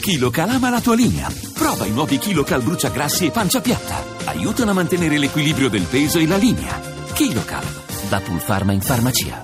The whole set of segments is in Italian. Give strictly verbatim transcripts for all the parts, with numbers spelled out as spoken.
KiloCal ama la tua linea. Prova i nuovi KiloCal bruciagrassi e pancia piatta. Aiutano a mantenere l'equilibrio del peso e la linea. KiloCal, da Pulpharma in farmacia.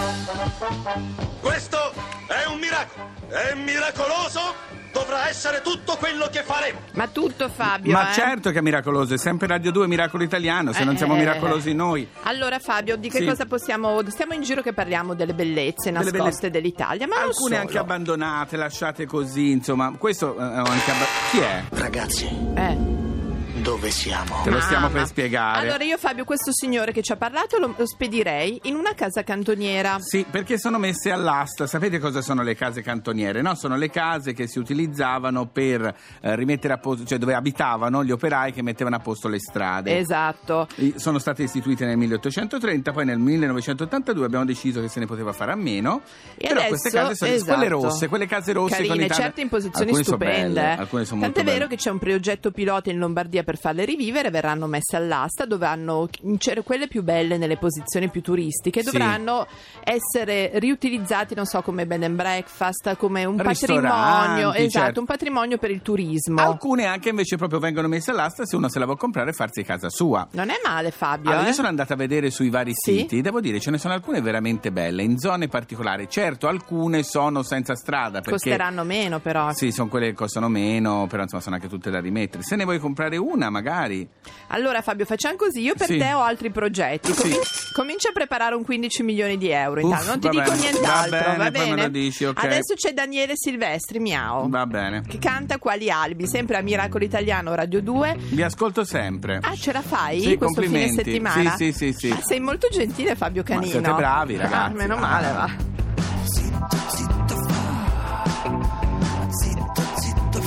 Questo è un miracolo. È miracoloso. Dovrà essere tutto quello che faremo. Ma tutto, Fabio. Ma eh? certo che è miracoloso, è sempre Radio due Miracolo Italiano, se eh, non siamo eh, miracolosi noi. Allora, Fabio, di che Sì. cosa possiamo... Stiamo in giro che parliamo delle bellezze Delle nascoste bellezze. dell'Italia, ma non Alcune solo. anche abbandonate, lasciate così, insomma. Questo eh, anche abba- chi è? Ragazzi, Eh. dove siamo? Te lo stiamo Mamma. per spiegare. Allora io, Fabio, questo signore che ci ha parlato lo, lo spedirei in una casa cantoniera. Sì, perché sono messe all'asta. Sapete cosa sono le case cantoniere? No, sono le case che si utilizzavano per eh, rimettere a posto, cioè dove abitavano gli operai che mettevano a posto le strade. Esatto. I- Sono state istituite nel milleottocentotrenta, poi nel millenovecentottantadue abbiamo deciso che se ne poteva fare a meno. E però adesso, queste case sono esatto. quelle rosse, quelle case rosse con Carine, i tanti- certe in posizioni alcune sono stupende. belle, eh. alcune sono Tant'è molto vero belle. che c'è un progetto pilota in Lombardia per farle rivivere, verranno messe all'asta, dovranno c'erano quelle più belle nelle posizioni più turistiche, Sì. dovranno essere riutilizzati, non so, come bed and breakfast, come un Ristoranti, patrimonio, esatto, certo. un patrimonio per il turismo. Alcune anche invece proprio vengono messe all'asta se uno se la vuole comprare e farsi casa sua. Non è male, Fabio. Allora, eh? io sono andata a vedere sui vari Sì? siti, devo dire ce ne sono alcune veramente belle, in zone particolari. Certo, alcune sono senza strada perché Costeranno meno, però. sì, sono quelle che costano meno, però insomma sono anche tutte da rimettere. Se ne vuoi comprare una, magari. Allora, Fabio, facciamo così. Io per Sì. te ho altri progetti. Sì. Comin- Comincia a preparare un quindici milioni di euro. Uff, Intanto non ti va dico bene, nient'altro, va bene, va poi me bene? lo dici, ok. Adesso c'è Daniele Silvestri, miau, Va bene. che canta Quali alibi, sempre a Miracolo Italiano Radio due. Vi ascolto sempre. Ah, ce la fai Sì, questo fine complimenti. settimana? Sì, sì, sì, sì. Ma sei molto gentile, Fabio Ma Canino. siete bravi, ragazzi. Ah, meno male, Ah. va. Zitto, zitto fa. Zitto, zitto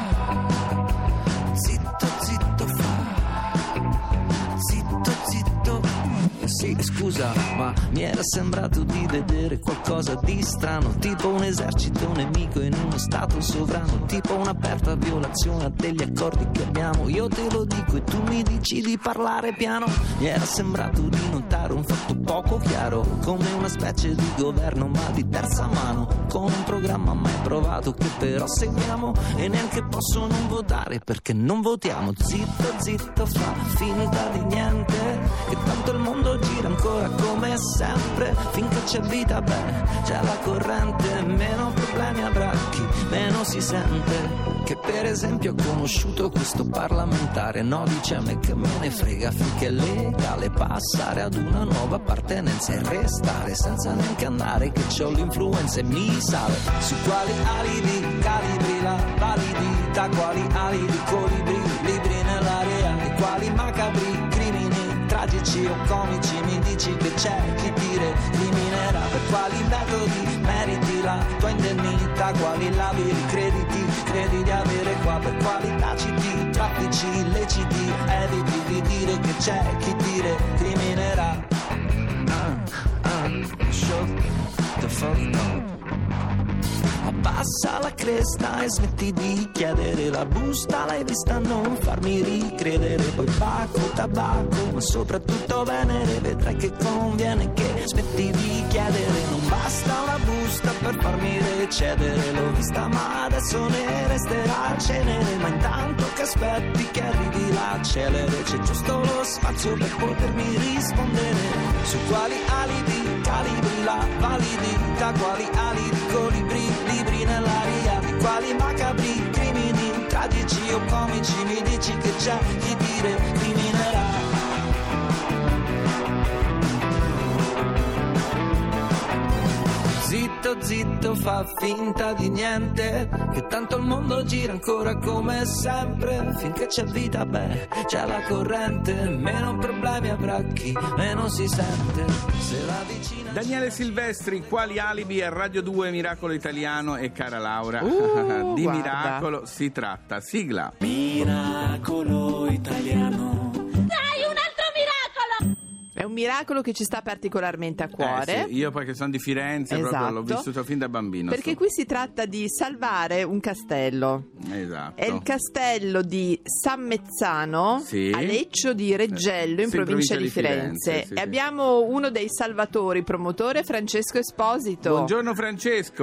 fa. Zitto, zitto fa. Zitto, zitto. Sì, scusa, ma mi era sembrato di vedere qualcosa di strano, tipo un esercito nemico in uno stato sovrano, tipo un'aperta violazione degli accordi che abbiamo. Io te lo dico e tu mi dici di parlare piano. Mi era sembrato di notare un fatto poco chiaro, come una specie di governo ma di terza mano, con un programma mai provato che però seguiamo, e neanche posso non votare perché non votiamo. Zitto, zitto, fa finta di niente, che tanto il mondo gira ancora come sempre, finché c'è vita, beh, c'è la corrente, meno problemi avrà chi meno si sente. Che per esempio ho conosciuto questo parlamentare, no, dice a me che me ne frega, finché è legale passare ad una nuova appartenenza e restare senza neanche andare, che c'ho l'influenza e mi sale. Su quali alibi, calibri la validità, quali alibi, colibri, libri nell'area, e quali macabri crimini tragici o comici mi dici che c'è chi dire criminerà. Per quali metodi meriti la tua indennità, quali labili crediti credi di avere qua, per quali taciti traffici illeciti eviti di dire che c'è chi dire criminerà. Ah, ah, show the fuck up. Abbassa la cresta e smetti di chiedere la busta, l'hai vista, non farmi ricredere. Poi pacco, tabacco, ma soprattutto venere, vedrai che conviene che smetti di chiedere. Non basta una busta per farmi recedere, l'ho vista ma adesso ne resterà cenere. Ma intanto che aspetti che arrivi la celere, c'è giusto lo spazio per potermi rispondere. Su quali alibi, calibri la validità, quali alibi, colibri, libri nell'aria, di quali macabri crimini tragici o comici mi dici che c'è chi dire criminerà. Zitto, zitto, fa finta di niente, che tanto il mondo gira ancora come sempre, finché c'è vita, beh, c'è la corrente, meno problemi avrà chi meno si sente. Se la vicina... Daniele Silvestri, Quali alibi a Radio due Miracolo Italiano, e cara Laura, Uh, di guarda. miracolo si tratta. Sigla. Miracolo Italiano. Dai, un altro miracolo! È un miracolo che ci sta particolarmente a cuore. Eh, sì, io poi che sono di Firenze, Esatto. proprio l'ho vissuto fin da bambino. Perché sto- qui si tratta di salvare un castello. Esatto. È il castello di San Mezzano, Sì. a Leccio di Reggello, in Sì, provincia di Firenze. Firenze, sì, e sì. abbiamo uno dei salvatori, promotore, Francesco Esposito. Buongiorno Francesco.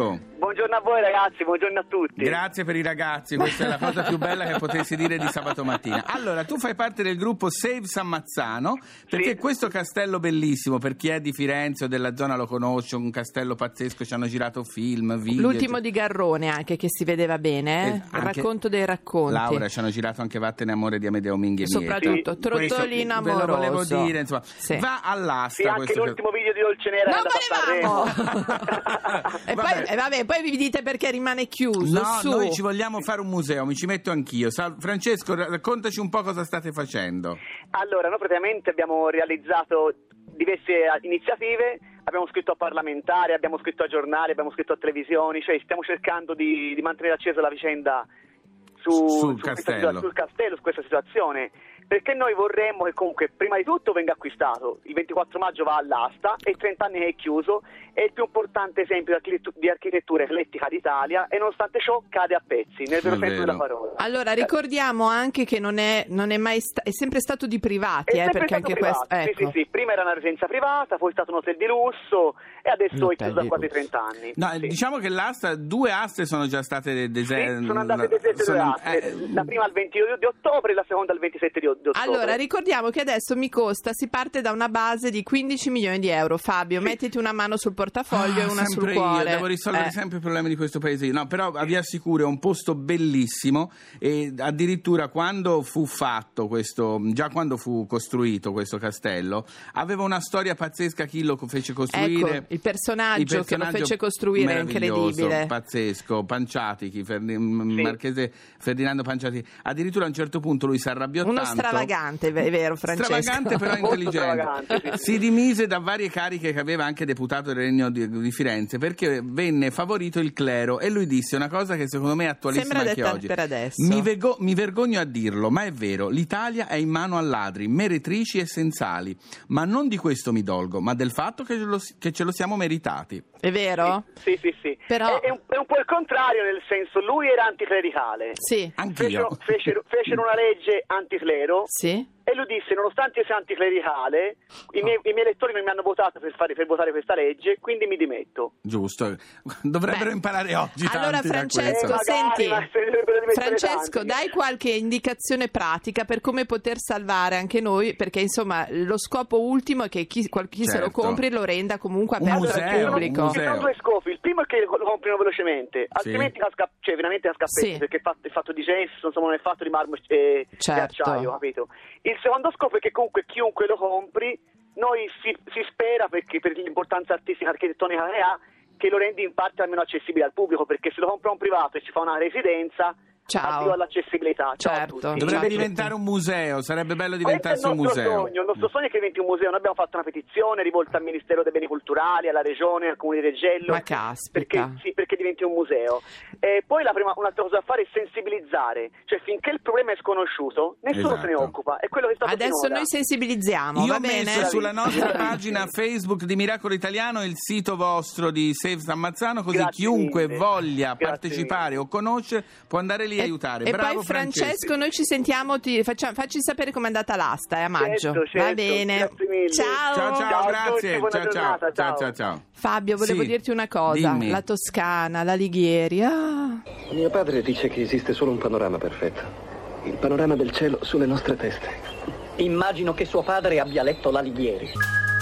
buongiorno a voi ragazzi, buongiorno a tutti. Grazie per i ragazzi, questa è la cosa più bella che potessi dire di sabato mattina. Allora, tu fai parte del gruppo Save San Mazzano, perché Sì. questo castello bellissimo, per chi è di Firenze o della zona lo conosce, un castello pazzesco, ci hanno girato film, video. L'ultimo di Garrone anche, che si vedeva bene, eh? Eh, Il anche- racconto dei racconti. Laura, ci hanno girato anche Vattene amore di Amedeo Minghi e Soprattutto Mieti. Trottolino Questo ve lo volevo amoroso. dire, insomma. Sì. Va all'asta Sì, anche questo- l'ultimo video di Dolce Nera Non è andato a volevamo! Sanremo. e, poi, Vabbè. e vabbè, poi vi dite perché rimane chiuso. No, su. noi ci vogliamo fare un museo, mi ci metto anch'io. Sal- Francesco, raccontaci un po' cosa state facendo. Allora, noi praticamente abbiamo realizzato diverse iniziative, abbiamo scritto a parlamentari, abbiamo scritto a giornali, abbiamo scritto a televisioni, cioè stiamo cercando di, di mantenere accesa la vicenda su, Sul su questa castello. situa- sul castello, su questa situazione, perché noi vorremmo che comunque prima di tutto venga acquistato, il ventiquattro maggio va all'asta e trenta anni che è chiuso, è il più importante esempio di architettu- di architettura eclettica d'Italia e nonostante ciò cade a pezzi, nel vero È senso vero. della parola. Allora, ricordiamo anche che non è, non è mai sta- è sempre stato di privati, È eh, sempre perché stato anche privato. questo. Sì, Ecco. sì, sì, prima era una residenza privata, poi è stato un hotel di lusso e adesso Un è chiuso hotel da di quasi lusso. trenta anni. No, Sì. diciamo che l'asta, due aste sono già state deserte. Sì, sono andate deserte due aste, la prima al venti di ottobre e la seconda al ventisette di, di ottobre. Allora, ricordiamo che adesso mi costa, si parte da una base di quindici milioni di euro. Fabio, mettiti una mano sul portafoglio e una sul sempre cuore. io, devo risolvere Eh. sempre i problemi di questo paese. No, però vi assicuro è un posto bellissimo e addirittura quando fu fatto questo, già quando fu costruito questo castello, aveva una storia pazzesca chi lo fece costruire. Ecco, il personaggio, Il che lo personaggio fece costruire è meraviglioso, incredibile. pazzesco, Panciatichi, Ferdi- Marchese Ferdinando Panciatichi. Addirittura a un certo punto lui si arrabbiò Uno tanto. stravagante, è vero, Francesco. Stravagante però Molto intelligente. stravagante, sì. Si dimise da varie cariche che aveva anche deputato del Regno di, di Firenze perché venne favorito il clero e lui disse una cosa che secondo me è attualissima Sembra anche detta oggi. per adesso. Mi, vego- mi vergogno a dirlo, ma è vero, l'Italia è in mano a ladri, meretrici e sensali, ma non di questo mi dolgo, ma del fatto che, lo- che ce lo siamo meritati. È vero? Sì, sì, sì. Però- È, è un, è un po' il contrario, nel senso, lui era anticlericale. Sì. Anch'io. Fecero, fecero, fecero una legge anticlero Sì. e lui disse: nonostante io sia anticlericale, i miei, i miei elettori non mi hanno votato per, fare, per votare questa legge, quindi mi dimetto. Giusto, dovrebbero Beh, imparare oggi allora, tanti da Francesco, questo. Eh, magari, senti, ma se ne dovrebbero mettere Francesco, tanti. dai qualche indicazione pratica per come poter salvare anche noi, perché insomma lo scopo ultimo è che chi, qual- chi se lo Certo. compri lo renda comunque Un aperto museo, al un pubblico. museo. Ci sono due scopi. Il primo è che lo comprino velocemente, altrimenti casca, cioè veramente casca a pezzi, Sì. perché è fatto, è fatto di gesso, insomma non è fatto di marmo e, Certo. e acciaio, capito? Il secondo scopo è che comunque chiunque lo compri, noi si, si spera, perché per l'importanza artistica architettonica che ha, che lo rendi in parte almeno accessibile al pubblico, perché se lo compra un privato e ci fa una residenza, Ciao. addio all'accessibilità. Ciao Certo. a tutti. Dovrebbe Infatti- diventare un museo, sarebbe bello Questo è il diventarsi un nostro museo. sogno, il nostro sogno è che diventi un museo. Noi abbiamo fatto una petizione rivolta al Ministero dei Beni Culturali, alla Regione, al Comune di Reggello. Ma caspita. Perché, sì, perché diventi un museo. E poi la prima, un'altra cosa da fare è sensibilizzare, cioè finché il problema è sconosciuto, nessuno se ne Esatto. occupa. È quello che è stato Adesso finora. noi sensibilizziamo, Io va ho messo bene? sulla nostra Bravissimo. pagina Facebook di Miracolo Italiano il sito vostro di Save San Mazzano, così Grazie chiunque mille. voglia Grazie partecipare mille. o conoscere può andare lì a aiutare. E Bravo poi Francesco, noi ci sentiamo, ti facciamo, facci sapere com'è andata l'asta, eh, a maggio. Certo, certo, Va bene. grazie mille. Ciao. Ciao ciao, Ciao a grazie. tutti, buona ciao, ciao, giornata, ciao ciao. ciao ciao. Fabio, volevo Sì, dirti una cosa. dimmi. La Toscana, la Lighieri. Ah. Mio padre dice che esiste solo un panorama perfetto. Il panorama del cielo sulle nostre teste. Immagino che suo padre abbia letto l'Alighieri.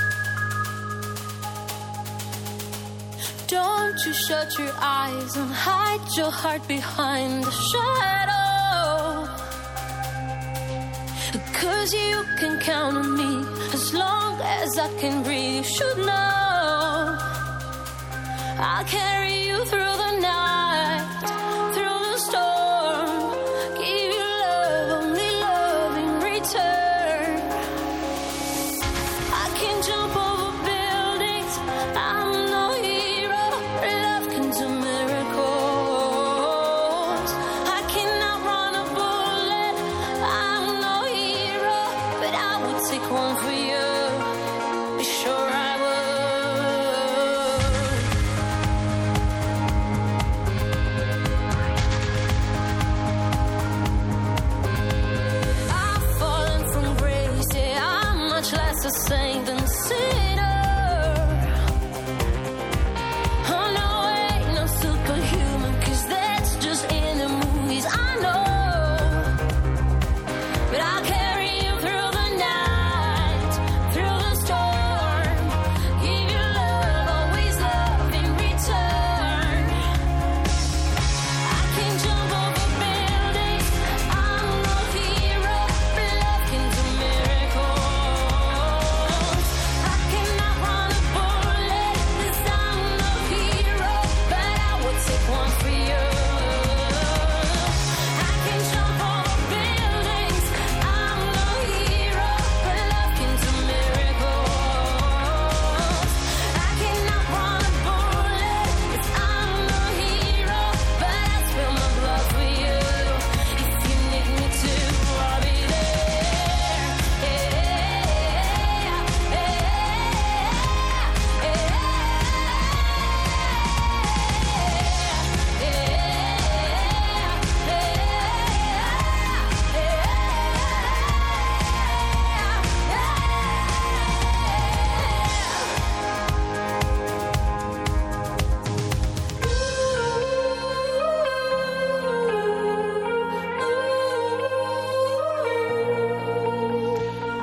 Don't you shut your eyes and hide your heart behind the shadow. 'Cause you can count on me as long as I can breathe. You should know I'll carry you through the night, through the storm. Give you love, only love in return. I can jump over buildings, I'm no hero. Love can do miracles. I cannot run a bullet, I'm no hero, but I would take one for you. Be sure I would.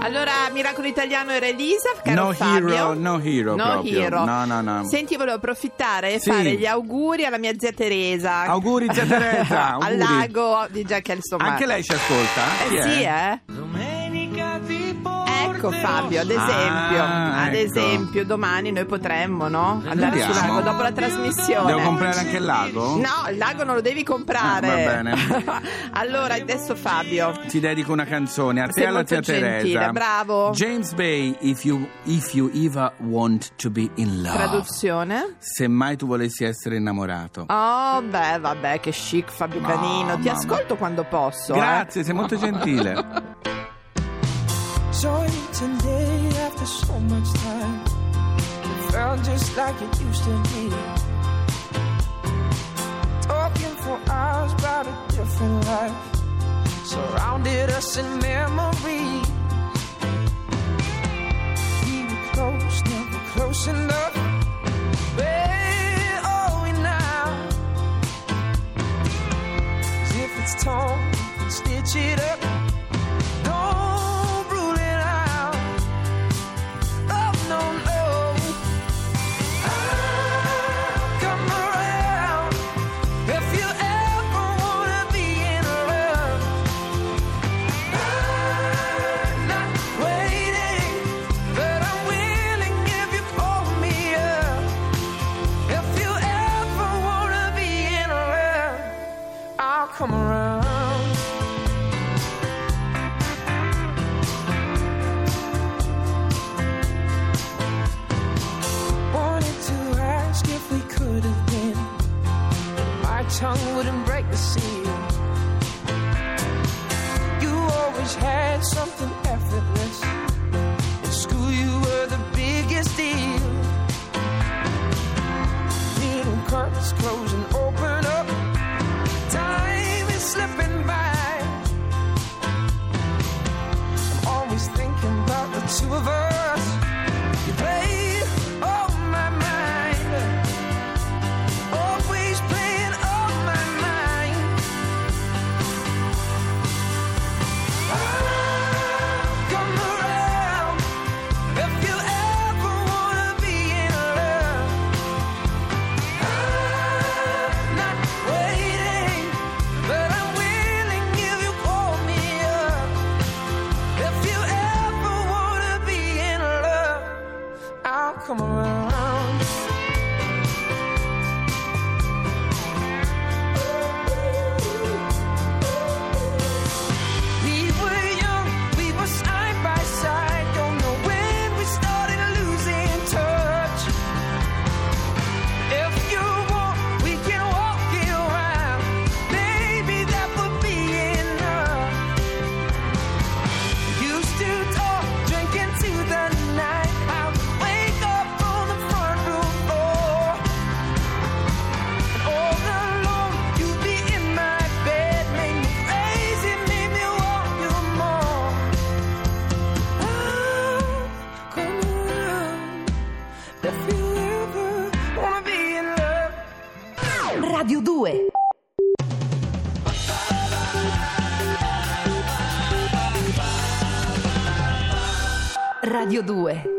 Allora, Miracolo Italiano era Elisa, caro No Fabio. hero, no hero No proprio. hero. No, no, no. Senti, volevo approfittare e Sì. fare gli auguri alla mia zia Teresa. Auguri, zia Teresa, Al auguri. lago di Giacchi, insomma. Anche lei ci ascolta? Eh Chi è? sì, eh. Ecco Fabio, ad esempio, Ah, ad ecco. esempio, domani noi potremmo, no? Andare sul Andiamo. lago dopo la trasmissione. Devo comprare anche il lago? No, il lago non lo devi comprare. Ah, va bene. Allora, adesso Fabio. Ti dedico una canzone a te Sei e alla molto zia gentile, Teresa. bravo. James Bay, if you, if you ever want to be in love. Traduzione? Se mai tu volessi essere innamorato. Oh, beh, vabbè, che chic Fabio No, Canino. Ti mamma. ascolto quando posso. Grazie, eh. sei molto gentile. Saw you today after so much time. It felt just like it used to be. Talking for hours about a different life. Surrounded us in memory. We were close, never close enough. Where are we now? As if it's torn, we can stitch it up. Don't rule it out. Oh, no, no. I'll come around if you ever wanna be in love. I'm not waiting, but I'm willing if you call me up. If you ever wanna be in love, I'll come around. Wanted to ask if we could have been. My tongue wouldn't break the seal. You always had something effortless. In school you were the biggest deal. Little curtains close and open up. Time is slipping by. I'm always thinking about the two of us. You played on my mind, always playing on my mind. I'll come around if you ever wanna be in love. I'm not waiting, but I'm willing if you call me up. If you ever wanna be in love, I'll come around. We were young, we were side by side. Don't know when we started losing touch. If you want, we can walk it around. Maybe that would be enough. Used to talk, drinking to the night. I would wake up on the front room floor. And all alone, you'd be in my bed. Made me crazy, made me want you more. I'll come around if you ever wanna be in love. Radio due. Radio due.